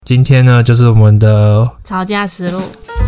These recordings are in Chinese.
今天呢，就是我们的吵架实录。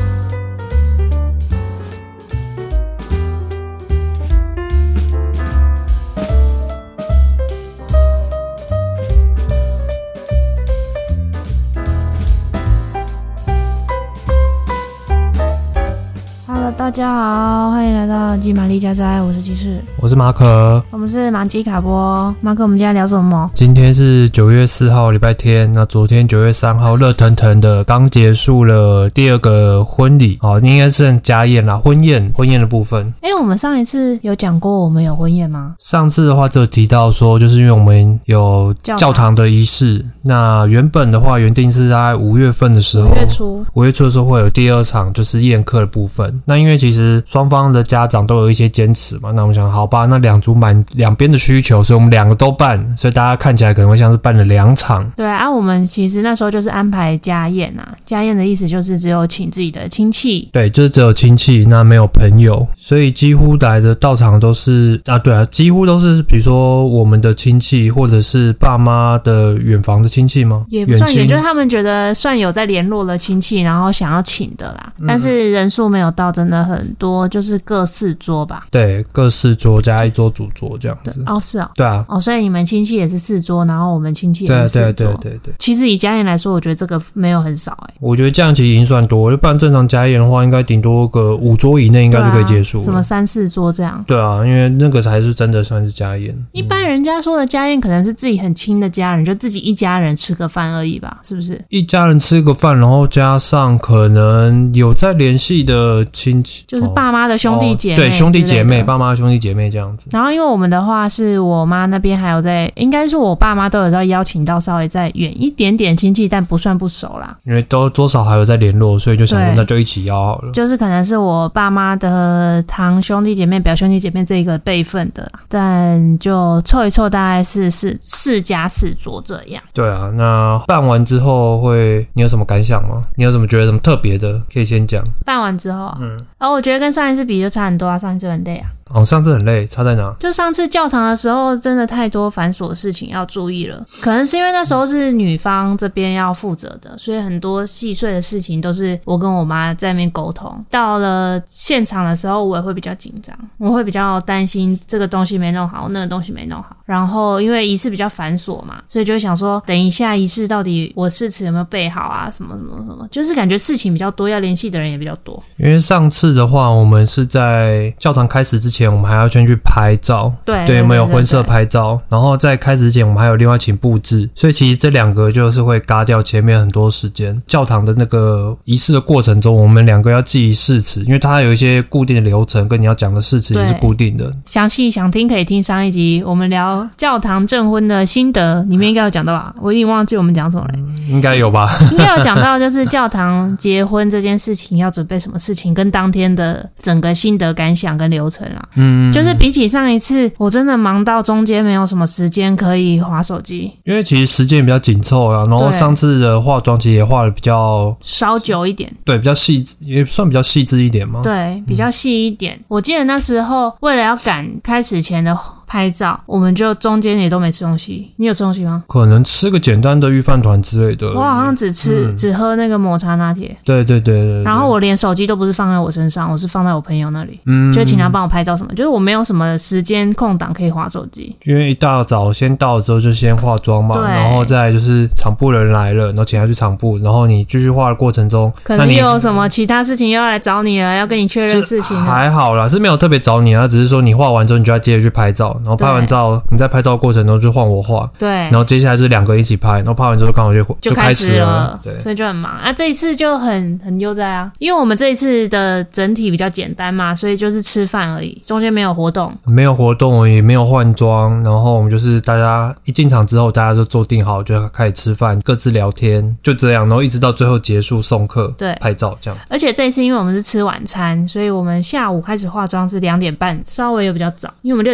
大家好，欢迎来到鸡玛丽家宅，我是鸡翅， 我是马可， 我们是马基卡波。马可，我们今天聊什么？ 今天是9月4号礼拜天，那昨天9月3号热腾腾的刚结束了第二个婚礼，应该是家宴啦，婚宴的部分。 我们上一次有讲过我们有婚宴吗？ 上次的话只有提到说，就是因为我们有教堂的仪式，那原本的话原定是在5月份的时候，5月初的时候会有第二场就是宴客的部分。那因为其实双方的家长都有一些坚持嘛，那我们想好吧，那两组满两边的需求，所以我们两个都办，所以大家看起来可能会像是办了2场。 对啊，我们其实那时候就是安排家宴啊，家宴的意思就是只有请自己的亲戚， 对，就是只有亲戚，那没有朋友，所以几乎来的到场都是几乎都是比如说我们的亲戚或者是爸妈的远房的亲戚吗？ 也不算远，就是他们觉得算有在联络的亲戚，然后想要请的啦，但是人数没有到真的很多，就是各4桌吧。 对，各4桌加1桌主桌这样子。 是哦。 对啊。 所以你们亲戚也是4桌，然后我们亲戚也是4桌。 对。 其实以家宴来说，我觉得这个没有很少我觉得这样其实已经算多了，不然正常家宴的话，应该顶多个5桌以内应该就可以结束了。 什么3、4桌这样。 对啊，因为那个才是真的算是家宴。 一般人家说的家宴可能是自己很亲的家人，就自己一家人吃个饭而已吧，是不是？ 一家人吃个饭，然后加上可能有在联系的亲戚， 就是爸妈的兄弟姐妹， 对，兄弟姐妹，爸妈的兄弟姐妹这样子。 然后因为我们的话是我妈那边还有在，应该是我爸妈都有在邀请到稍微再远一点点亲戚，但不算不熟啦。 因为都多少还有在联络，所以就想说那就一起邀好了。 就是可能是我爸妈的堂兄弟姐妹、表兄弟姐妹这个辈分的，但就凑一凑大概是4加4桌这样。 对啊，那办完之后你有什么感想吗？你有什么觉得什么特别的？可以先讲。 办完之后，我觉得跟上一次比就差很多啊，上一次很累啊。 上次很累，差在哪？ 就上次教堂的时候真的太多繁琐的事情要注意了，可能是因为那时候是女方这边要负责的，所以很多细碎的事情都是我跟我妈在那边沟通。到了现场的时候我也会比较紧张，我会比较担心这个东西没弄好，那个东西没弄好，然后因为仪式比较繁琐嘛，所以就会想说等一下仪式到底我誓词有没有备好啊，什么什么什么，就是感觉事情比较多，要联系的人也比较多。 因为上次的话我们是在教堂开始之前我们还要先去拍照，对，我们有婚摄拍照，然后在开始之前我们还有另外请布置，所以其实这2个就是会嘎掉前面很多时间。教堂的那个仪式的过程中，我们2个要记誓词，因为它有一些固定的流程，跟你要讲的誓词也是固定的。详细想听可以听上一集我们聊教堂证婚的心得，里面应该有讲到吧？我已经忘记我们讲什么了。 应该有吧？ 应该有讲到就是教堂结婚这件事情要准备什么事情，跟当天的整个心得感想跟流程啦。就是比起上一次我真的忙到中间没有什么时间可以滑手机， 因为其实时间比较紧凑啦，然后上次的化妆其实也化的比较稍久一点， 对，比较细致，也算比较细致一点嘛。 对，比较细一点。我记得那时候为了要赶开始前的拍照，我们就中间也都没吃东西。你有吃东西吗？ 可能吃个简单的御饭团之类的。 我好像只喝那个抹茶拿铁。 对。 然后我连手机都不是放在我身上，我是放在我朋友那里。就请他帮我拍照什么，就是我没有什么时间空档可以滑手机。 因为一大早先到之后就先化妆嘛，然后再来就是场部的人来了，然后请他去场部，然后你继续化的过程中， 可能又有什么其他事情又要来找你了，要跟你确认事情了。 还好啦，是没有特别找你啊，只是说你化完之后你就要接着去拍照。然后拍完照，你在拍照的过程中就换我画， 对， 然后接下来就是2个一起拍，然后拍完之后刚好就开始了， 对，所以就很忙啊。这一次就很悠哉啊，因为我们这一次的整体比较简单嘛，所以就是吃饭而已，中间没有活动也没有换装，然后我们就是大家一进场之后，大家就坐定好就开始吃饭，各自聊天，就这样，然后一直到最后结束送客， 对， 拍照这样。 而且这一次因为我们是吃晚餐，所以我们下午开始化妆是2点半，稍微有比较早，因为我们6点半才吃。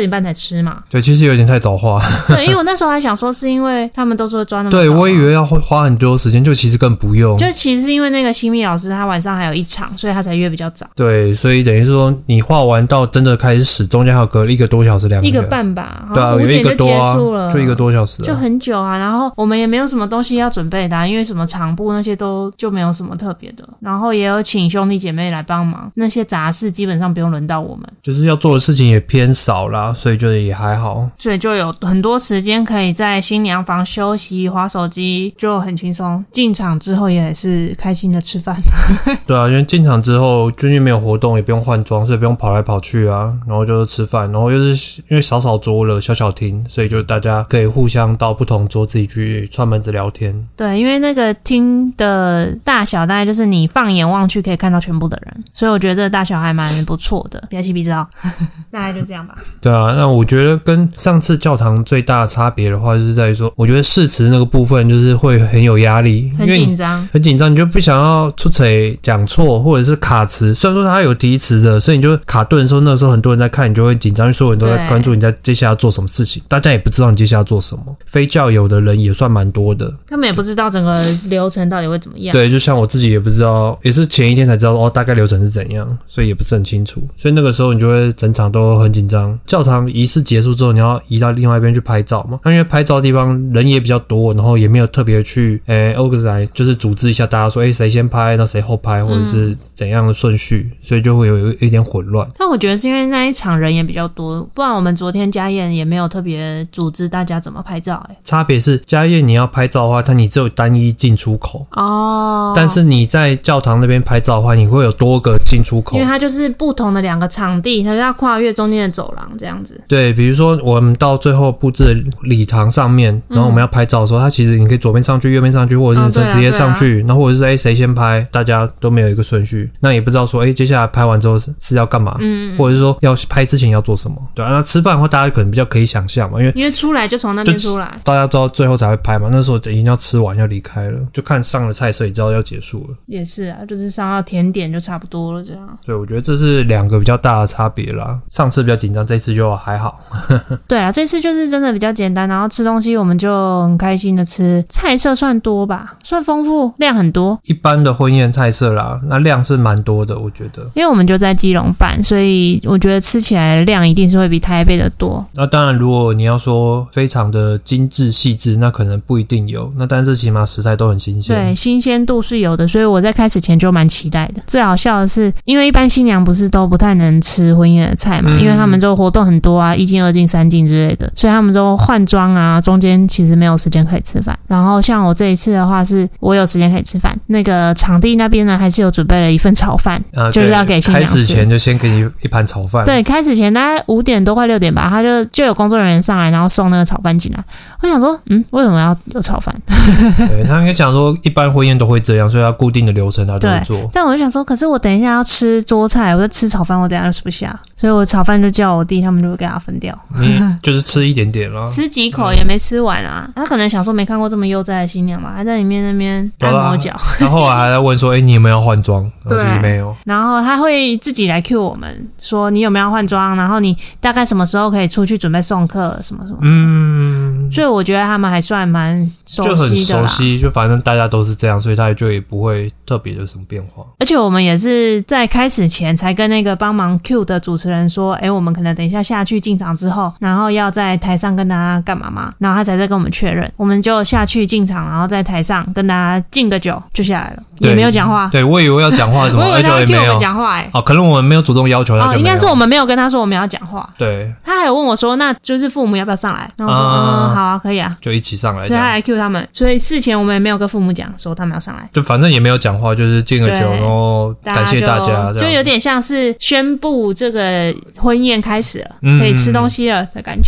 吃嘛。 对，其实有点太早画。 对，因为我那时候还想说是因为他们都说抓那么早。 对，我以为要花很多时间，就其实根本不用。 就其实是因为那个新密老师他晚上还有一场，所以他才约比较早。 对，所以等于说你画完到真的开始使，中间还有隔1个多小时2个 1个半吧。 对啊，有1个多就结束了， 就1个多小时， 就很久啊。然后我们也没有什么东西要准备的，因为什么场布那些都就没有什么特别的。然后也有请兄弟姐妹来帮忙，那些杂事基本上不用轮到我们， 就是要做的事情也偏少啦，所以就也还好。 所以就有很多时间可以在新娘房休息、滑手机，就很轻松。进场之后也是开心的吃饭。 对啊，因为进场之后就是没有活动，也不用换装，所以不用跑来跑去啊，然后就是吃饭，然后又是因为少桌了，小厅，所以就大家可以互相到不同桌自己去串门子聊天。 对，因为那个厅的大小大概就是你放眼望去可以看到全部的人，所以我觉得这个大小还蛮不错的，比较起比知道。大概就这样吧。 对啊，那我觉得跟上次教堂最大的差别的话，就是在于说，我觉得誓词那个部分就是会很有压力， 很紧张， 很紧张，你就不想要出错讲错，或者是卡词。虽然说他有提词的，所以你就卡顿的时候，那个时候很多人在看，你就会紧张，所有人都在关注你在接下来要做什么事情，大家也不知道你接下来要做什么。非教友的人也算蛮多的， 他们也不知道整个流程到底会怎么样。 对，就像我自己也不知道，也是前一天才知道哦，大概流程是怎样，所以也不是很清楚。所以那个时候你就会整场都很紧张。教堂仪式结束之后，你要移到另外一边去拍照嘛？那因为拍照的地方人也比较多，然后也没有特别去organize， 就是组织一下大家说，谁先拍，那谁后拍，或者是怎样的顺序，所以就会有一点混乱。 但我觉得是因为那一场人也比较多，不然我们昨天家宴也没有特别组织大家怎么拍照。 差别是家宴你要拍照的话，你只有单一进出口哦， 但是你在教堂那边拍照的话，你会有多个进出口， 因为它就是不同的2个场地，它要跨越中间的走廊这样子。 对，比如说我们到最后布置的礼堂上面，然后我们要拍照的时候，它其实你可以左边上去，右边上去，或者是直接上去，然后或者是谁先拍，大家都没有一个顺序，那也不知道说接下来拍完之后是要干嘛，或者是说要拍之前要做什么。对啊，那吃饭的话大家可能比较可以想象嘛，因为出来就从那边出来， 大家知道最后才会拍嘛，那时候已经要吃完要离开了，就看上了菜色也知道要结束了。 也是啊，就是上到甜点就差不多了这样。 对，我觉得这是2个比较大的差别啦，上次比较紧张，这次就还好。 对啊，这次就是真的比较简单，然后吃东西我们就很开心的吃，菜色算多吧，算丰富，量很多。 一般的婚宴菜色啦，那量是蛮多的，我觉得。 因为我们就在基隆办，所以我觉得吃起来的量一定是会比台北的多。 那当然，如果你要说非常的精致细致，那可能不一定有，那但是起码食材都很新鲜。 对，新鲜度是有的，所以我在开始前就蛮期待的。最好笑的是，因为一般新娘不是都不太能吃婚宴的菜嘛，因为他们就活动很多啊，1进2进3进之类的，所以他们都换装啊，中间其实没有时间可以吃饭。然后像我这一次的话，是我有时间可以吃饭，那个场地那边呢还是有准备了一份炒饭，就是要给新娘吃。 开始前就先给你一盘炒饭。 对，开始前大概5点多快6点吧，他就有工作人员上来，然后送那个炒饭进来。我想说，为什么要有炒饭？ 对，他应该讲说一般婚宴都会这样，所以他固定的流程他都会做。 但我就想说，可是我等一下要吃桌菜，我在吃炒饭，我等一下就吃不下，所以我炒饭就叫我弟他们就会给他分掉。 你就是吃一点点啦， 吃几口也没吃完啊。他可能想说没看过这么悠哉的新娘嘛，还在里面那边按摩脚。 然后后来还在问说，你有没有要换装？对，没有。 然后他会自己来 cue 我们说你有没有要换装，然后你大概什么时候可以出去准备送客什么什么的。所以我觉得他们还算蛮熟悉的啦，就很熟悉， 就反正大家都是这样，所以他就也不会特别的什么变化。 而且我们也是在开始前才跟那个帮忙 cue 的主持人说，我们可能等一下下去进场之后，然后要在台上跟大家干嘛嘛，然后他才在跟我们确认，我们就下去进场，然后在台上跟大家敬个酒就下来了，也没有讲话。 对，我以为要讲话什么， 我以为他会 cue 我们讲话可能我们没有主动要求他就没有。 应该是我们没有跟他说我们要讲话。 对， 他还有问我说，那就是父母要不要上来？然后我说好啊，可以啊， 就一起上来。 所以他来 cue 他们，所以事前我们也没有跟父母讲说他们要上来， 就反正也没有讲话，就是敬个酒，然后感谢大家， 就有点像是宣布这个婚宴开始了，可以吃东西了的感觉。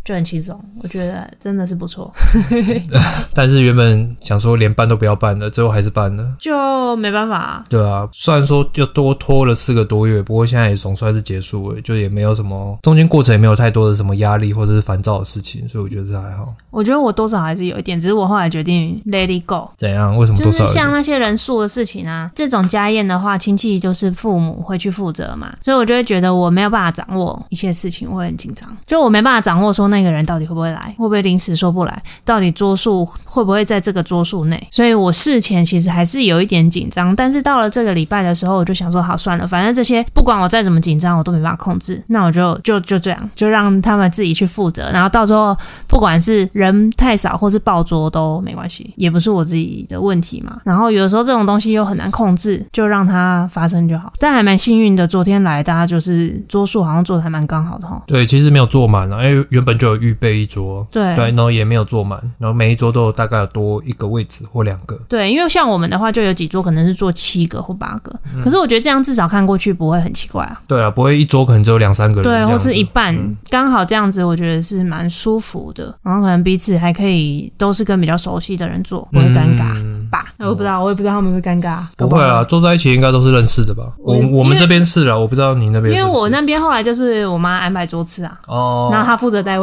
就很轻松，我觉得真的是不错。 但是原本想说连办都不要办了，最后还是办了， 就没办法啊。 对啊，虽然说又多拖了4个多月，不过现在也总算是结束了，就也没有什么中间过程也没有太多的什么压力或者是烦躁的事情，所以我觉得这还好。 我觉得我多少还是有一点，只是我后来决定 let it go。 怎样？为什么多少？ 就是像那些人数的事情啊，这种家宴的话，亲戚就是父母会去负责嘛，所以我就会觉得我没有办法掌握一些事情，我会很紧张，就我没办法掌握说那个人到底会不会来，会不会临时说不来，到底桌数会不会在这个桌数内，所以我事前其实还是有一点紧张。但是到了这个礼拜的时候，我就想说好算了，反正这些不管我再怎么紧张我都没办法控制，那我就这样，就让他们自己去负责，然后到时候不管是人太少或是爆桌都没关系，也不是我自己的问题嘛。然后有的时候这种东西又很难控制，就让它发生就好。但还蛮幸运的，昨天来大家就是桌数好像做的还蛮刚好的齁。 对，其实没有坐满啊，因为原本就有预备一桌，对，然后也没有坐满，然后每一桌都有大概有多1个位置或2个。对， 因为像我们的话就有几桌可能是坐7个或8个，可是我觉得这样至少看过去不会很奇怪啊。 对啊，不会一桌可能只有2-3个人， 对，或是一半，刚好这样子我觉得是蛮舒服的，然后可能彼此还可以都是跟比较熟悉的人坐，不会尴尬吧。我也不知道他们会尴尬。 不会啊，坐在一起应该都是认识的吧。我们这边是啦，我不知道你那边是不是。 因为我那边后来就是我妈安排桌次啊，然后她负责带位。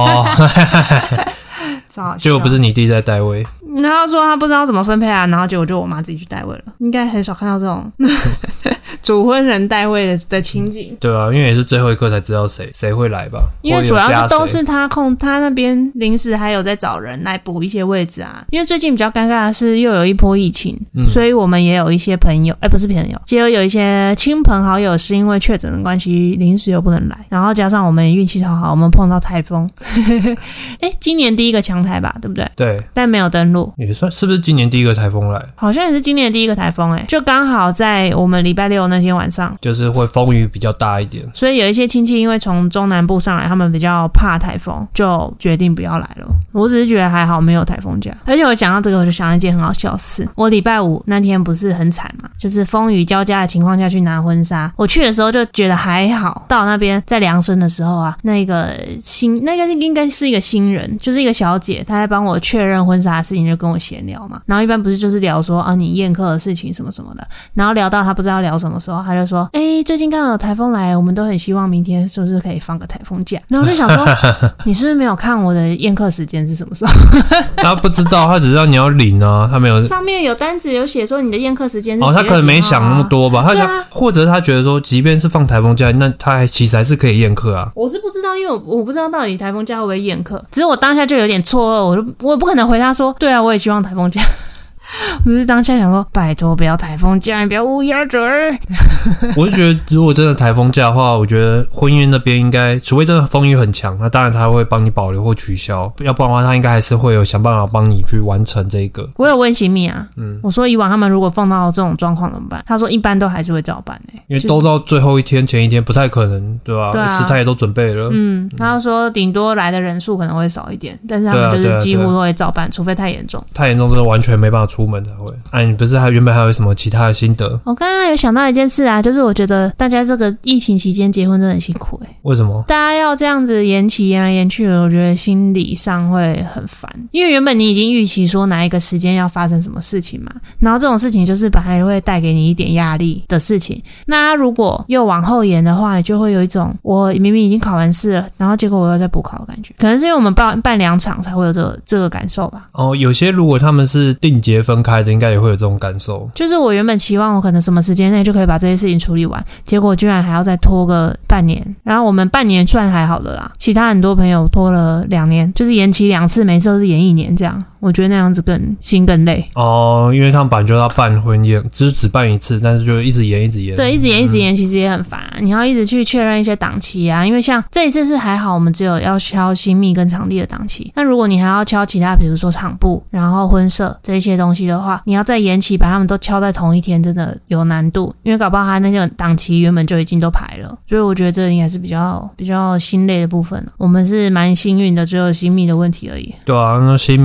结果不是你弟在带位， 然后说他不知道怎么分配啊，然后结果就我妈自己去带位了。应该很少看到这种主婚人带位的情景。 对啊，因为也是最后一刻才知道谁会来吧。因为主要是都是他那边临时还有在找人来补一些位置啊。因为最近比较尴尬的是又有一波疫情，所以我们也有一些朋友，不是朋友，结果有一些亲朋好友是因为确诊的关系临时又不能来，然后加上我们运气超好，我们碰到台风。今年第一个强台吧，对不对？ 对， 但没有登陆， 也算是不是今年第一个台风来？ 好像也是今年第一个台风，就刚好在我们礼拜6那天晚上， 就是会风雨比较大一点， 所以有一些亲戚因为从中南部上来，他们比较怕台风，就决定不要来了。我只是觉得还好没有台风假。而且我讲到这个，我就想到一件很好笑的事。我礼拜5那天不是很惨嘛，就是风雨交加的情况下去拿婚纱。我去的时候就觉得还好，到那边在量身的时候啊，那个应该是一个新人，就是一个小姐，她在帮我确认婚纱的事情，就跟我闲聊嘛。然后一般不是就是聊说你宴客的事情什么什么的，然后聊到她不知道聊什么时候，她就说最近刚好有台风来，我们都很希望明天是不是可以放个台风假。然后我就想说你是不是没有看我的宴客时间是什么时候？ 他不知道，他只知道你要领啊，他没有上面有单子有写说你的宴客时间是他可能没想那么多吧。他想或者他觉得说即便是放台风假，那他其实还是可以宴客啊。 我是不知道，因为我不知道到底台风假会不会宴客，只是我当下就有点错愕，我不可能回答说对啊我也希望台风假。我是当下想说拜托不要台风假，你不要乌鸦嘴。 我就觉得如果真的台风假的话，我觉得婚宴那边应该除非真的风雨很强，那当然他会帮你保留或取消，要不然的话他应该还是会有想办法帮你去完成这个。 我有问新密啊，我说以往他们如果碰到这种状况怎么办，他说一般都还是会照办因为都到最后一天前一天不太可能，对吧？对食材也都准备了。 他说顶多来的人数可能会少一点，但是他们就是几乎都会照办，除非太严重。 太严重真的完全没办法出门才会。你不是原本还有什么其他的心得？ 我刚刚有想到一件事啊，就是我觉得大家这个疫情期间结婚真的很辛苦为什么？ 大家要这样子延期延来延去了，我觉得心理上会很烦。因为原本你已经预期说哪一个时间要发生什么事情嘛，然后这种事情就是本来会带给你一点压力的事情，那如果又往后延的话，你就会有一种我明明已经考完试了，然后结果我又再补考的感觉。可能是因为我们办2场才会有这个感受吧。 有些如果他们是定节分开的，应该也会有这种感受。 就是我原本期望我可能什么时间内就可以把这些事情处理完，结果居然还要再拖个半年。然后我们半年算还好的啦，其他很多朋友拖了2年，就是延期2次，每次都是延1年这样。我觉得那样子心更累因为他们本来就要办婚宴，只办1次，但是就一直延。 对，一直延，其实也很烦你要一直去确认一些档期啊。因为像这一次是还好，我们只有要敲新秘跟场地的档期，但如果你还要敲其他，比如说场布，然后婚摄这些东西的话，你要再延期把他们都敲在同一天，真的有难度。因为搞不好他那些档期原本就已经都排了，所以我觉得这应该是比较心累的部分。我们是蛮幸运的，只有新秘的问题而已。 对啊，那新秘配合度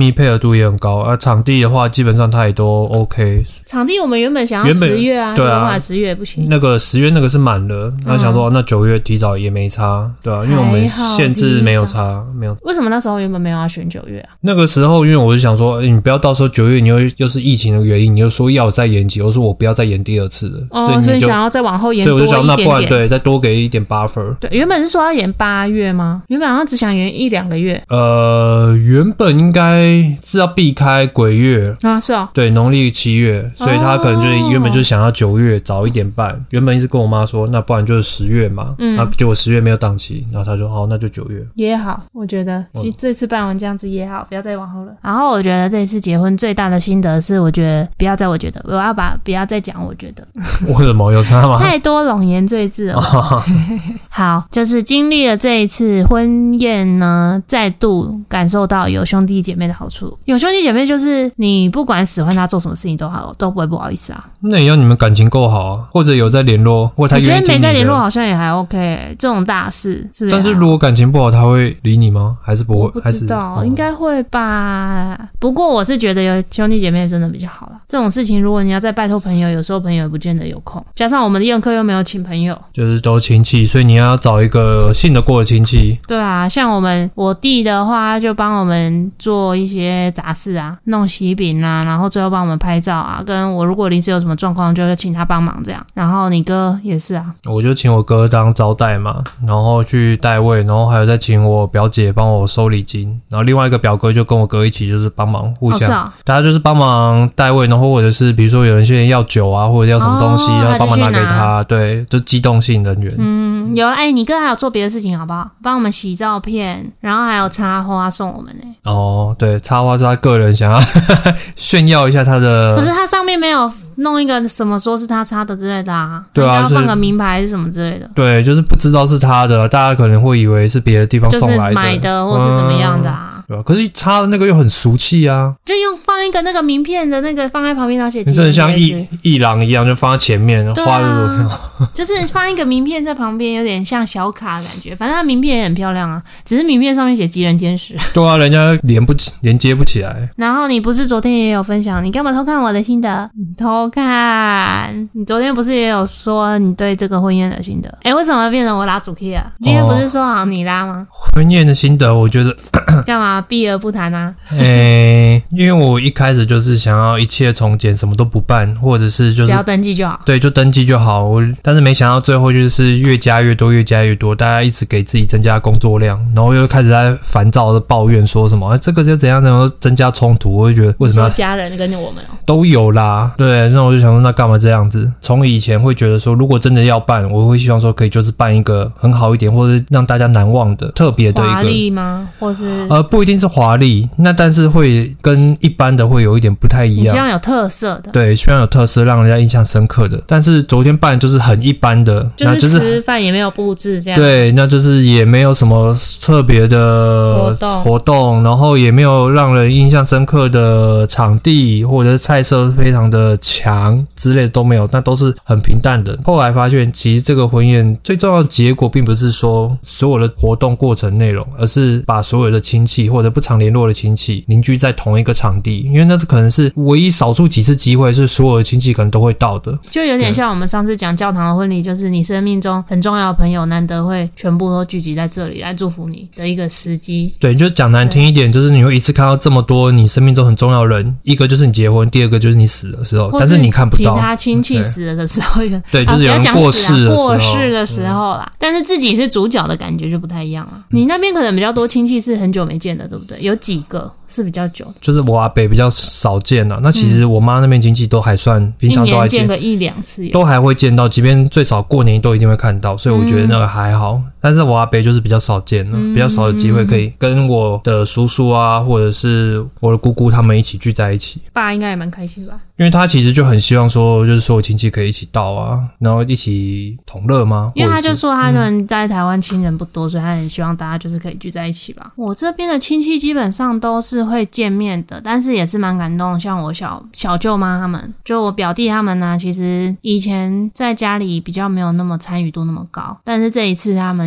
度也很高场地的话基本上它也都 OK。 场地我们原本想要10月啊，对啊，10月不行， 那个10月那个是满了，那想说那9月提早也没差，对啊，因为我们限制没有差，没有。 为什么那时候原本没有要选9月啊？ 那个时候因为我就想说你不要到时候9月你又是疫情的原因，你又说要再延期，我说我不要再延第2次了， 所以想要再往后延多一点点， 所以我就想那不然对再多给一点 buffer。 对，原本是说要延8月吗？原本好像只想延1-2个月。 原本应该是要避开鬼月啊，是哦， 对，农历7月，所以他可能就是原本就是想要9月早一点办，原本一直跟我妈说那不然就是10月嘛，结果10月没有档期，然后他说好那就9月也好，我觉得这次办完这样子也好，不要再往后了。然后我觉得这次结婚最大的心得是我要把不要再讲我觉得为什么有差吗？ 太多冗言赘字了好，就是经历了这一次婚宴呢，再度感受到有兄弟姐妹的好处。有兄弟姐妹就是你不管使唤他做什么事情都不会不好意思啊。 那也要你们感情够好啊，或者有在联络，或者他愿意听你的。 我觉得没在联络好像也还 OK， 这种大事是不是？ 但是如果感情不好他会理你吗？还是不会？ 我不知道，应该会吧。不过我是觉得有兄弟姐妹真的比较好啦，这种事情如果你要再拜托朋友，有时候朋友也不见得有空，加上我们的宴客又没有请朋友， 就是都亲戚，所以你要找一个信得过的亲戚。 对啊，像我弟的话就帮我们做一些杂事啊，弄喜饼啊，然后最后帮我们拍照啊，跟我如果临时有什么状况就会请他帮忙这样。然后你哥也是啊，我就请我哥当招待嘛，然后去带位，然后还有再请我表姐帮我收礼金，然后另外一个表哥就跟我哥一起就是帮忙互相，大家就是帮忙带位，然后或者是比如说有人现在要酒啊或者要什么东西，然后帮忙拿给他，对，就机动性人员。 有你哥还有做别的事情好不好？帮我们洗照片，然后还有插花送我们对，插花是他个人想要炫耀一下他的， 可是他上面没有弄一个什么说是他插的之类的啊， 对啊， 要放个名牌还是什么之类的。 对，就是不知道是他的，大家可能会以为是别的地方送来的， 就是买的或是怎么样的啊。 对吧？可是插的那个又很俗气啊， 就用放一个那个名片的那个放在旁边，然后写。你真的像艺廊一样，就放在前面，花就是放一个名片在旁边，有点像小卡的感觉。反正它名片也很漂亮啊，只是名片上面写吉人天使。 对啊，人家连接不起来。 然后你不是昨天也有分享，你干嘛偷看我的心得？偷看？你昨天不是也有说你对这个婚宴的心得？为什么变成我拉主 key 啊？今天不是说好你拉吗？ 婚宴的心得，我觉得干嘛避而不谈啊？ 因为我一开始就是想要一切从简，什么都不办，或者是就是只要登记就好。 对，就登记就好。但是没想到最后就是越加越多，大家一直给自己增加工作量，然后又开始在烦躁的抱怨说什么这个就怎样增加冲突。我就觉得为什么要家人跟我们都有啦，对，那我就想说那干嘛这样子？从以前会觉得说如果真的要办，我会希望说可以就是办一个很好一点，或者让大家难忘的特别的一个华丽吗？或是不一定是华丽，那但是会跟一般的会有一点不太一样。 你希望有特色的， 对，希望有特色，让人家印象深刻的。但是昨天办就是很一般的， 就是吃饭也没有布置这样。 对，那就是也没有什么特别的活动，然后也没有让人印象深刻的场地，或者是菜色非常的强之类的都没有，那都是很平淡的。后来发现，其实这个婚宴最重要的结果，并不是说所有的活动过程内容，而是把所有的亲戚或者不常联络的亲戚凝聚在同一个场地，因为那可能是唯一少数几次机会是所有的亲戚可能都会到的， 就有点像我们上次讲教堂的婚礼，就是你生命中很重要的朋友难得会全部都聚集在这里来祝福你的一个时机。 对，就讲难听一点，就是你会一次看到这么多你生命中很重要的人，一个就是你结婚，第二个就是你死的时候，但是你看不到其他亲戚死了的时候， 对，就是有人过世的时候啦，但是自己是主角的感觉就不太一样啊。你那边可能比较多亲戚是很久没见的，对不对？有几个是比较久， 就是我阿伯比较少见啊。那其实我妈那边亲戚都还算平常都还见个1-2次， 都还会见到，即便最少过年都一定会看到，所以我觉得那个还好。但是我阿伯就是比较少见了，比较少有机会可以跟我的叔叔啊，或者是我的姑姑他们一起聚在一起。 爸应该也蛮开心吧？ 因为他其实就很希望说，就是所有亲戚可以一起到啊，然后一起同乐吗？ 因为他就说他们在台湾亲人不多，所以他很希望大家就是可以聚在一起吧。我这边的亲戚基本上都是会见面的，但是也是蛮感动。像我小舅妈他们，就我表弟他们呢，其实以前在家里比较没有那么参与度那么高，但是这一次他们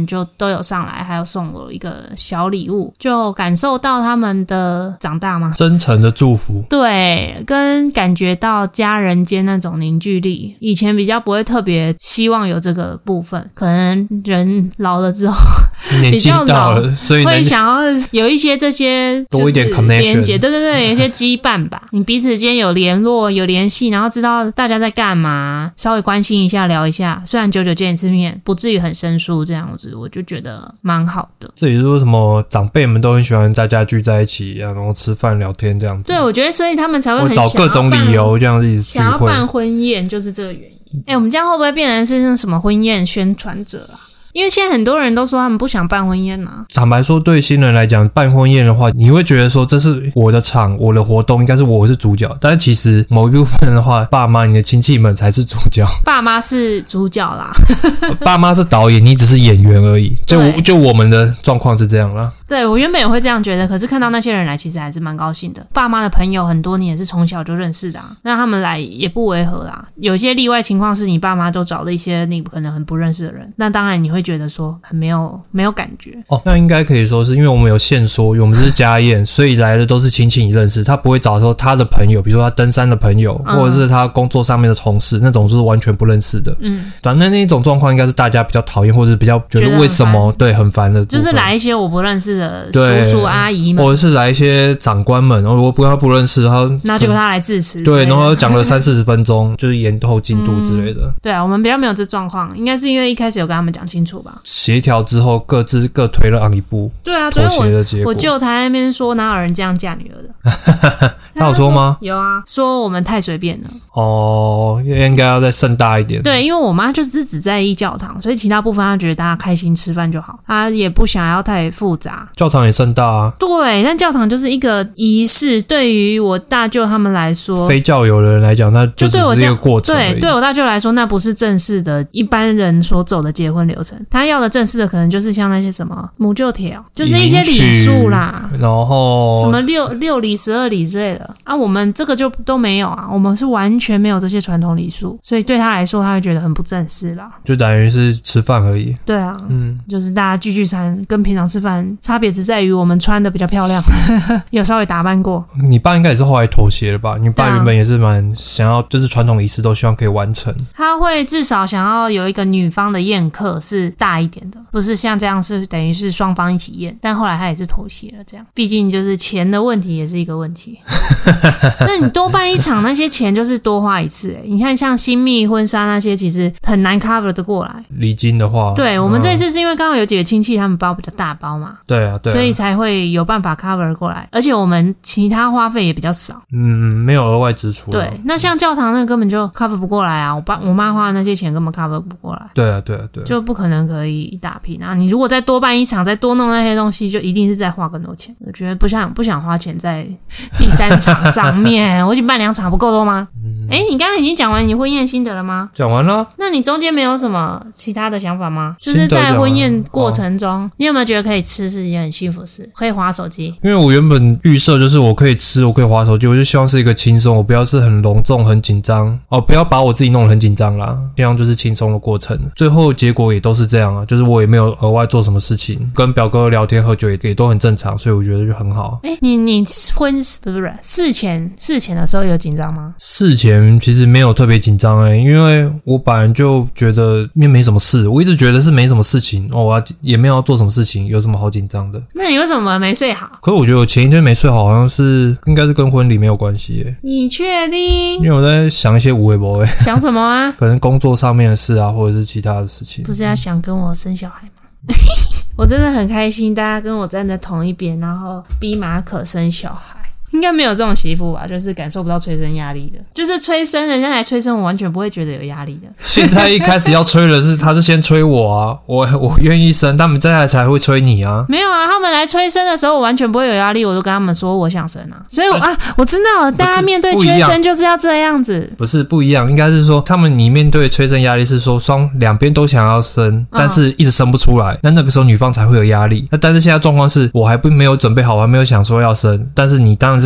们就都有上来，还有送我一个小礼物，就感受到他们的长大吗？ 真诚的祝福。 对，跟感觉到家人间那种凝聚力，以前比较不会特别希望有这个部分，可能人老了之后年纪到了，所以会想要有一些这些多一点连接，对，有一些羁绊吧。你彼此间有联络、有联系，然后知道大家在干嘛，稍微关心一下、聊一下。虽然久久见一次面，不至于很生疏这样子，我就觉得蛮好的。 这也是为什么长辈们都很喜欢大家聚在一起，然后吃饭聊天这样子。 对，我觉得所以他们才会很找各种理由这样子聚会， 想要办婚宴，就是这个原因。我们这样会不会变成是那什么婚宴宣传者啊？因为现在很多人都说他们不想办婚宴啊。 坦白说，对新人来讲，办婚宴的话，你会觉得说这是我的场，我的活动，应该是我是主角。但是其实某一部分的话，爸妈、你的亲戚们才是主角。 爸妈是主角啦， 爸妈是导演，你只是演员而已。就我们的状况是这样啦。 对，我原本也会这样觉得，可是看到那些人来，其实还是蛮高兴的。爸妈的朋友很多，你也是从小就认识的啊，那他们来也不违和啦。有些例外情况是你爸妈都找了一些你可能很不认识的人，那当然你会觉得说很没有感觉。 那应该可以说是因为我们有限缩，因为我们是家宴，所以来的都是亲戚你认识，他不会找说他的朋友，比如说他登山的朋友，或者是他工作上面的同事，那种就是完全不认识的。反正那一种状况应该是大家比较讨厌，或者是比较觉得为什么对很烦的， 就是来一些我不认识的叔叔阿姨们， 或者是来一些长官们，然后我不认识他， 那结果他来致辞， 对，然后讲了30-40分钟，就是延后进度之类的。 对啊，我们比较没有这状况，应该是因为一开始有跟他们讲清楚吧。 协调之后各推了昂一步， 对啊， 妥协的结果。 我舅台那边说哪有人这样嫁女儿的？ 他有说吗？ 有啊，说我们太随便了。 应该要再盛大一点。 对，因为我妈就是只在意教堂，所以其他部分她觉得大家开心吃饭就好，她也不想要太复杂。 教堂也盛大啊。 对，但教堂就是一个仪式，对于我大舅他们来说， 非教友的人来讲，那就只是一个过程而已。 对我大舅来说，那不是正式的一般人所走的结婚流程。他要的正式的可能就是像那些什么母舅条，就是一些礼数啦， 然后什么6礼、12礼之类的啊。我们这个就都没有啊，我们是完全没有这些传统礼数，所以对他来说，他会觉得很不正式啦。 就等于是吃饭而已。 对啊，就是大家聚餐，跟平常吃饭差别只在于我们穿的比较漂亮，有稍微打扮过。 你爸应该也是后来妥协了吧？你爸原本也是蛮想要，就是传统仪式都希望可以完成。 他会至少想要有一个女方的宴客是大一点的，不是像这样是等于是双方一起宴。但后来他也是妥协了，这样毕竟就是钱的问题也是一个问题。那你多办一场，那些钱就是多花一次。你看像新秘婚纱那些，其实很难 cover 得过来。 礼金的话， 对，我们这一次是因为刚好有几个亲戚他们包比较大包嘛， 对啊， 所以才会有办法 cover 过来，而且我们其他花费也比较少， 没有额外支出。 对，那像教堂那个根本就 cover 不过来啊，我妈花的那些钱根本 cover 不过来。 对啊， 就不可能可以打平啊！你如果再多办一场，再多弄那些东西，就一定是再花更多钱。我觉得不想花钱在第3场上面，我已经办2场不够多吗？你刚刚已经讲完你婚宴心得了吗？ 讲完了。 那你中间没有什么其他的想法吗？就是在婚宴过程中，你有没有觉得可以吃是一件很幸福的事？可以滑手机？因为我原本预设就是我可以吃，我可以滑手机，我就希望是一个轻松，我不要是很隆重、很紧张不要把我自己弄得很紧张啦，这样就是轻松的过程。最后结果也都是这样啊，就是我也没有额外做什么事情，跟表哥聊天喝酒也都很正常，所以我觉得就很好。 你婚不是事前的时候有紧张吗？ 事前其实没有特别紧张因为我本来就觉得没什么事，我一直觉得是没什么事情我也没有要做什么事情，有什么好紧张的？ 那你为什么没睡好？ 可是我觉得我前一天没睡好，好像是应该是跟婚礼没有关系你确定？ 因为我在想一些无微不微。 想什么啊？ 可能工作上面的事啊，或者是其他的事情。 不是要想跟我生小孩吗？我真的很开心，大家跟我站在同一边，然后逼马可生小孩。应该没有这种媳妇吧，就是感受不到催生压力的，就是催生人家来催生，我完全不会觉得有压力的。 现在一开始要催的是他是先催我啊，我愿意生，他们再来才会催你啊。 没有啊，他们来催生的时候我完全不会有压力，我都跟他们说我想生啊。所以我知道了，大家面对催生就是要这样子。 不是不一样，应该是说你面对催生压力是说两边都想要生，但是一直生不出来，那个时候女方才会有压力。但是现在状况是我还没有准备好，我还没有想说要生，但是你当然是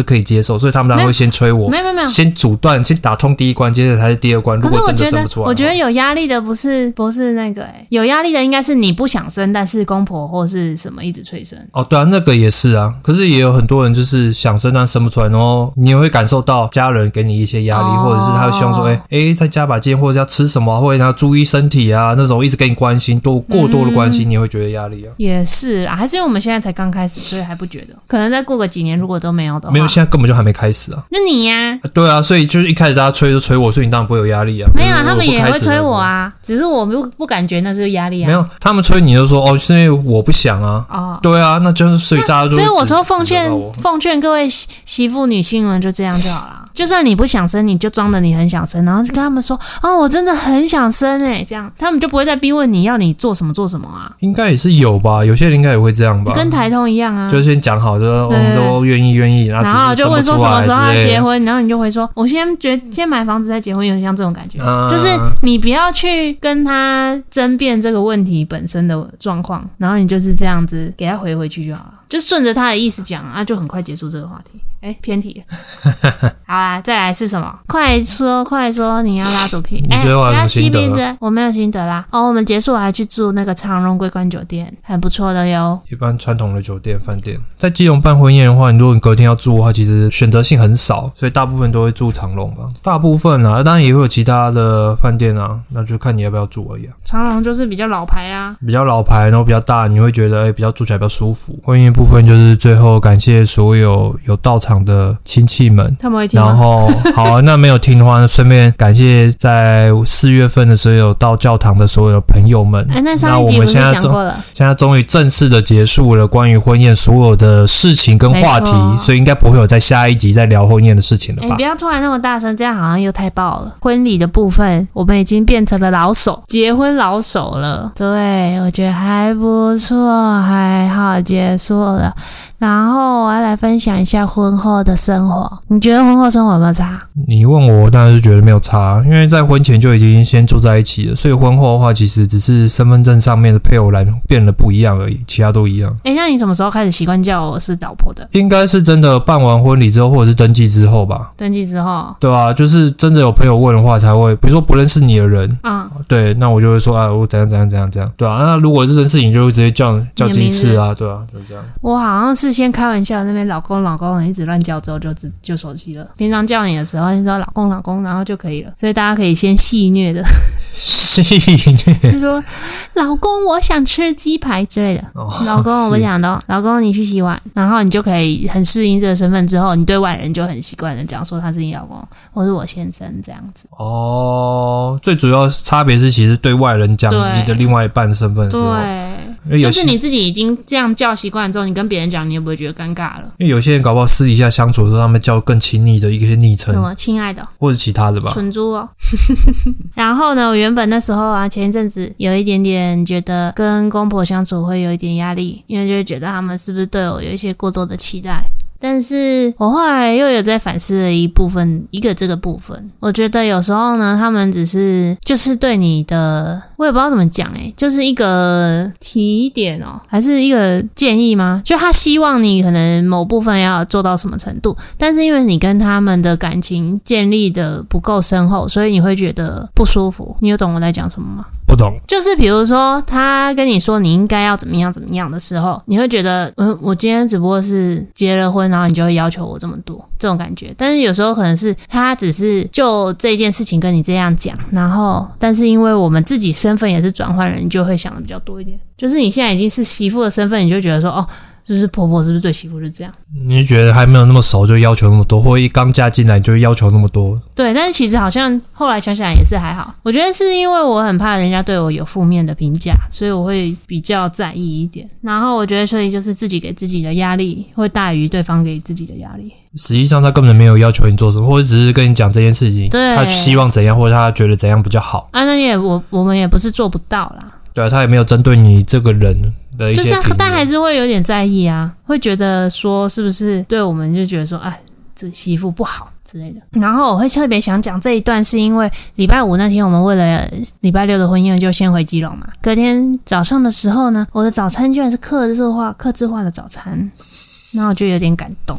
可以接受，所以他们当然会先催我， 没有， 先阻断，先打通第一关，接着才是第二关。如果真的生不出来， 我觉得有压力的不是那个有压力的应该是你不想生，但是公婆或是什么一直催生。 哦，对啊，那个也是啊。可是也有很多人就是想生但生不出来，然后你也会感受到家人给你一些压力，或者是他会希望说，再加把劲，或者要吃什么，或者要注意身体啊，那种一直给你关心，过多的关心，你也会觉得压力啊。 也是啊，还是因为我们现在才刚开始，所以还不觉得。可能再过个几年，如果都没有的话， 没有，现在根本就还没开始啊。 那你呀？ 对啊，所以就是一开始大家催就催我，所以你当然不会有压力啊。 没有，他们也会催我啊，只是我不感觉那是压力啊。 没有，他们催你就说是因为我不想啊。哦，对啊，那就是所以大家就所以我说奉劝各位媳妇女性们就这样就好了。就算你不想生，你就装的你很想生，然后就跟他们说我真的很想生这样他们就不会再逼问你要你做什么啊。 应该也是有吧，有些人应该也会这样吧， 跟台通一样啊， 就先讲好，就我们都愿意，然后就问说什么时候要结婚，然后你就会说我先买房子再结婚，有点像这种感觉，就是你不要去跟他争辩这个问题本身的状况，然后你就是这样子给他回去就好了，就顺着他的意思讲就很快结束这个话题。偏题了。好啦，再来是什么？快说，你要拉主题。 你最后还有什么心得了？我没有心得啦。我们结束还去住那个长荣桂冠酒店，很不错的哟。 一般传统的酒店饭店，在基隆办婚宴的话，如果你隔天要住的话，其实选择性很少，所以大部分都会住长荣吧。大部分啊，当然也会有其他的饭店啊，那就看你要不要住而已啊。 长荣就是比较老牌啊， 比较老牌，然后比较大，你会觉得比较住起来比较舒服。婚宴部分就是最后感谢所有到场的亲戚们， 他们会听吗？ 然后好，那没有听的话，那顺便感谢在4月份的时候有到教堂的所有的朋友们。 那上一集不是讲过了？ 现在终于正式的结束了关于婚宴所有的事情跟话题，所以应该不会有在下一集再聊婚宴的事情了吧？ 你不要突然那么大声，这样好像又太爆了。婚礼的部分，我们已经变成了老手，结婚老手了。对，我觉得还不错，还好结束了。然后我要来分享一下婚后的生活。你觉得婚后生活有没有差？ 你问我当然是觉得没有差，因为在婚前就已经先住在一起了，所以婚后的话其实只是身份证上面的配偶栏变得不一样而已，其他都一样。 那你什么时候开始习惯叫我是老婆的？ 应该是真的办完婚礼之后，或者是登记之后吧。 登记之后？对啊，就是真的有朋友问的话才会，比如说不认识你的人，对，那我就会说我怎样，对啊。那如果是认识你，就会直接叫鸡翅啊，对啊，就这样。 我好像是先开玩笑，那边老公一直乱叫之后就熟悉了。平常叫你的时候就说老公，然后就可以了。所以大家可以先戏谑的就说老公我想吃鸡排之类的。老公我不想的，老公你去洗碗，然后你就可以很适应这个身份之后，你对外人就很习惯的讲说他是你老公或是我先生这样子。 最主要差别是其实对外人讲你的另外一半的身份的时候， 对，就是你自己已经这样叫习惯之后，你跟别人讲你也不会觉得尴尬了。 因为有些人搞不好私底下相处的时候，他们叫更亲昵的一些昵称， 什么亲爱的， 或者其他的吧， 蠢猪然后呢，我原本那时候前一阵子有一点点觉得跟公婆相处会有一点压力，因为就会觉得他们是不是对我有一些过多的期待。但是我后来又有在反思了这个部分，我觉得有时候呢，他们就是对你的，我也不知道怎么讲就是一个提点还是一个建议吗？就他希望你可能某部分要做到什么程度，但是因为你跟他们的感情建立的不够深厚，所以你会觉得不舒服。你有懂我在讲什么吗？ 不懂。 就是比如说他跟你说你应该要怎么样的时候，你会觉得我今天只不过是结了婚，然后你就会要求我这么多，这种感觉。但是有时候可能是他只是就这件事情跟你这样讲，然后但是因为我们自己身份也是转换了，你就会想的比较多一点。就是你现在已经是媳妇的身份，你就觉得说就是婆婆是不是对媳妇就这样？ 你觉得还没有那么熟就要求那么多，或一刚嫁进来就要求那么多？对， 但是其实好像后来想想也是还好。我觉得是因为我很怕人家对我有负面的评价，所以我会比较在意一点。然后我觉得所以就是自己给自己的压力会大于对方给自己的压力。 实际上他根本没有要求你做什么，或者只是跟你讲这件事情，他希望怎样，或者他觉得怎样比较好。那我们也不是做不到啦。 对啊，他也没有针对你这个人的一些评论， 就是但还是会有点在意啊，会觉得说是不是对我们就觉得说这媳妇不好之类的。然后我会特别想讲这一段，是因为礼拜5那天我们为了礼拜6的婚宴就先回基隆嘛，隔天早上的时候呢，我的早餐居然是客制化的早餐，然后我就有点感动。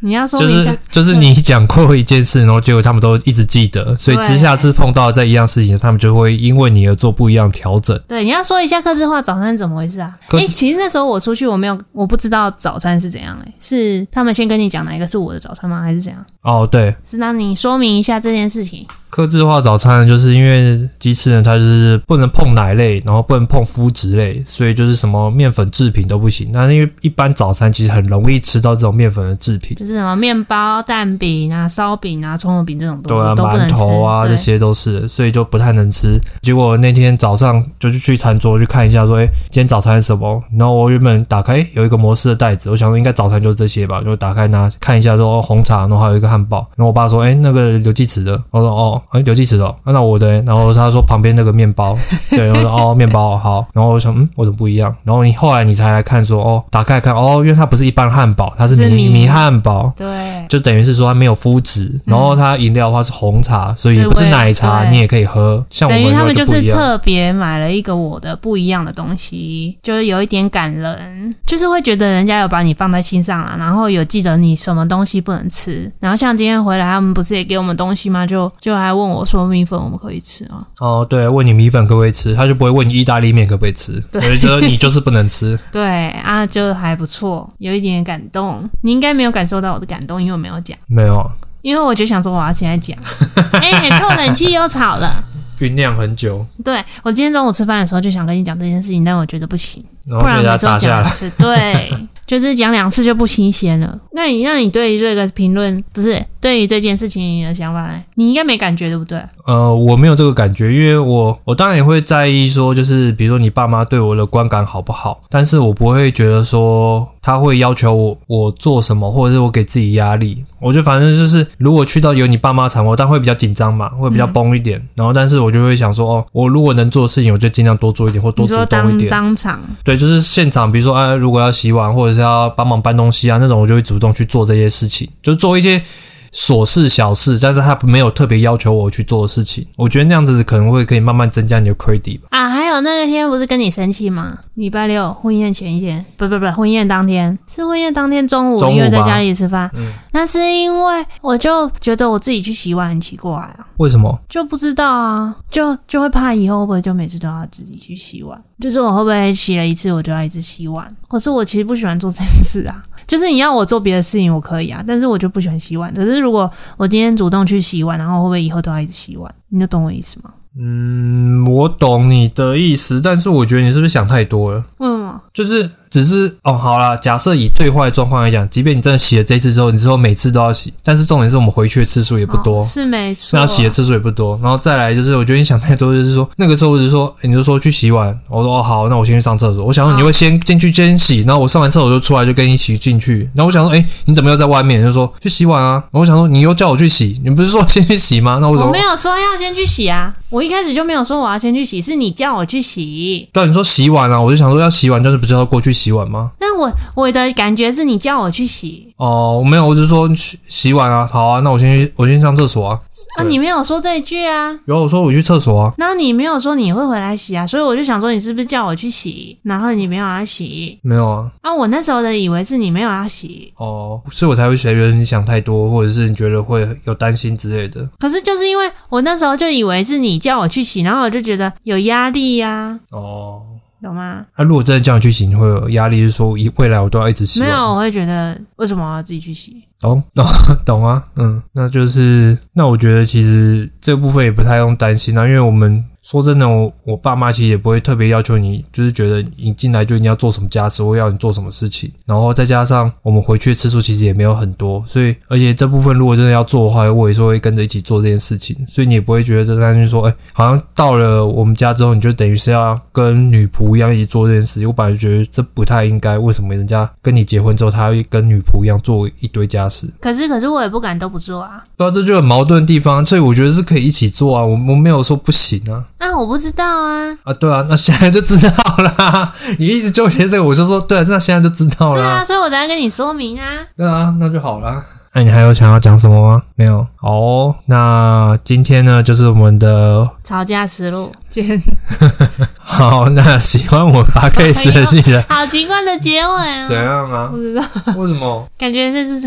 你要说明一下， 就是你讲过一件事，然后结果他们都一直记得，所以之下次碰到在一样事情，他们就会因为你而做不一样的调整。 对，你要说一下客制化早餐怎么回事啊？其实那时候我出去我不知道早餐是怎样是他们先跟你讲哪一个是我的早餐吗？还是怎样？ 哦，对， 是那你说明一下这件事情。 客制化早餐就是因为鸡翅呢，它就是不能碰奶类，然后不能碰麸质类，所以就是什么面粉制品都不行。那因为一般早餐其实很容易吃到这种面粉的制品， 就是什么面包、蛋饼啊、烧饼啊、葱油饼这种对啊， 都不能吃， 馒头啊这些都是，所以就不太能吃。结果那天早上就是去餐桌去看一下说，今天早餐是什么？然后我原本打开有一个摩斯的袋子，我想说应该早餐就是这些吧，就打开看一下说红茶，然后还有一个汉堡。然后我爸说，那个刘记池的，我说刘记池的那我的，然后他说旁边那个面包，对，我说面包好，然后我想我怎么不一样？然后后来你才来看说打开看因为它不是一般汉堡，它是米汉堡， 对， 就等于是说它没有麸质，然后它饮料的话是红茶，所以也不是奶茶，你也可以喝。像我们等于他们就是特别买了一个我的不一样的东西，就是有一点感人，就是会觉得人家有把你放在心上啦，然后有记得你什么东西不能吃，然后像今天回来他们不是也给我们东西吗？就还问我说米粉我们可以吃吗？ 对，问你米粉可不可以吃，他就不会问你意大利面可不可以吃，所以说你就是不能吃。 对啊，就还不错，有一点感动。你应该没有感受到我的感动，因为我没有讲。 没有， 因为我就想说我要现在讲。臭冷气又吵了。 酝酿很久。 对，我今天中午吃饭的时候就想跟你讲这件事情，但我觉得不行， 不然每次讲2次， 对，就是讲2次就不新鲜了。那你对于这个评论，不是对于这件事情的想法呢？你应该没感觉对不对？ 我没有这个感觉，因为我当然也会在意说，就是比如说你爸妈对我的观感好不好，但是我不会觉得说他会要求我做什么，或者是我给自己压力。我觉得反正就是如果去到有你爸妈场合，但会比较紧张嘛，会比较崩一点，然后但是我就会想说我如果能做的事情我就尽量多做一点，或多主动一点。 当场对，就是现场比如说如果要洗碗或者是要帮忙搬东西啊那种，我就会主动去做这些事情，就是做一些琐事小事，但是他没有特别要求我去做的事情，我觉得那样子可能可以慢慢增加你的 credit 吧。 还有那天不是跟你生气吗？礼拜六婚宴前一天，不，婚宴当天，是婚宴当天中午因为在家里吃饭，那是因为我就觉得我自己去洗碗很奇怪啊。 为什么？ 就不知道啊，就会怕以后会不会就每次都要自己去洗碗，就是我会不会洗了一次我就要一直洗碗。可是我其实不喜欢做这件事啊，就是你要我做别的事情我可以啊，但是我就不喜欢洗碗。可是如果我今天主动去洗碗，然后会不会以后都要一直洗碗？你就懂我意思吗？ 我懂你的意思，但是我觉得你是不是想太多了？ 为什么？ 就是只是好啦，假设以最坏的状况来讲，即便你真的洗了这一次之后，你之后每次都要洗，但是重点是我们回去的次数也不多， 是没错， 那洗的次数也不多，然后再来就是我觉得你想太多，就是说那个时候我就说你就说去洗碗，我说好，那我先去上厕所，我想说你会先进去先洗，然后我上完厕所就出来就跟你一起进去，然后我想说你怎么又在外面？就说去洗碗啊，然后我想说你又叫我去洗，你不是说先去洗吗？那我没有说要先去洗啊，我一开始就没有说我要先去洗，是你叫我去洗。 对，你说洗碗啊，我就想说要洗碗，就是不就要过去洗碗吗？ 但我的感觉是你叫我去洗。 我没有，我就说去洗碗啊，好啊，那我先上厕所啊。 你没有说这一句啊？ 有，我说我去厕所啊。 然后你没有说你会回来洗啊，所以我就想说你是不是叫我去洗，然后你没有要洗？ 没有啊。 我那时候的以为是你没有要洗。 所以我才会觉得你想太多，或者是你觉得会有担心之类的。 可是就是因为我那时候就以为是你叫我去洗，然后我就觉得有压力啊。懂吗？ 如果真的叫你去洗，你会有压力，就是说未来我都要一直洗碗。 没有，我会觉得为什么我要自己去洗？ 懂啊，那就是那我觉得其实这部分也不太用担心啊，因为我们说真的，我爸妈其实也不会特别要求你，就是觉得你进来就一定要做什么家事，或要你做什么事情。然后再加上我们回去的次数其实也没有很多，所以而且这部分如果真的要做的话，我也说会跟着一起做这件事情，所以你也不会觉得这担心说，好像到了我们家之后，你就等于是要跟女仆一样一起做这件事情。我本来就觉得这不太应该，为什么人家跟你结婚之后，他会跟女仆一样做一堆家事？ 可是我也不敢都不做啊。 对啊，这就很矛盾的地方，所以我觉得是可以一起做啊，我没有说不行啊。 我不知道啊。 对啊，那现在就知道啦。你一直纠结这个，我就说对啊，那现在就知道了。 对啊，所以我等下跟你说明啊。 对啊，那就好啦。那你还有想要讲什么吗？没有。好那今天呢就是我们的吵架实录见。 好，那喜欢我 Podcast 的记得。 好奇怪的结尾啊。 怎样啊？ 不知道为什么？ 感觉就是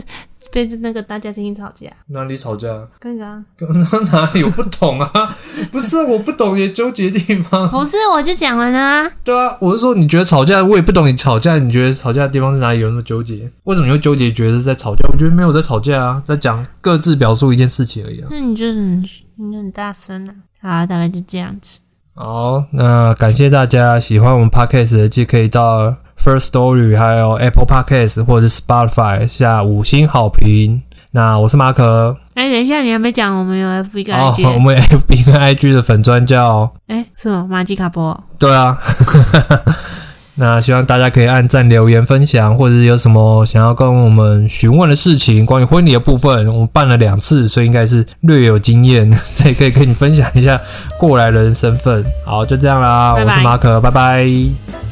对着那个大家庭吵架。 哪里吵架？ 刚刚哪里有不懂啊？不是我不懂你纠结的地方。 不是，我就讲完了啊。 对啊，我是说你觉得吵架，我也不懂你吵架，你觉得吵架的地方是哪里有那么纠结？为什么你会纠结觉得是在吵架？我觉得没有在吵架啊，在讲各自表述一件事情而已啊。 那你就是你很大声啊。好，大概就这样子。 好，那感谢大家喜欢我们 Podcast 的，既可以到 First Story 还有 Apple Podcast 或者是 Spotify 下5星好评。那我是马可。 等一下，你还没讲我们有 FB 跟 IG。 我们 FB 跟 IG 的粉专叫是吗？马基卡波。 对啊。那希望大家可以按赞、留言、分享，或者是有什么想要跟我们询问的事情，关于婚礼的部分，我们办了2次，所以应该是略有经验，所以可以跟你分享一下过来人身份。好，就这样啦，我是马可，拜拜。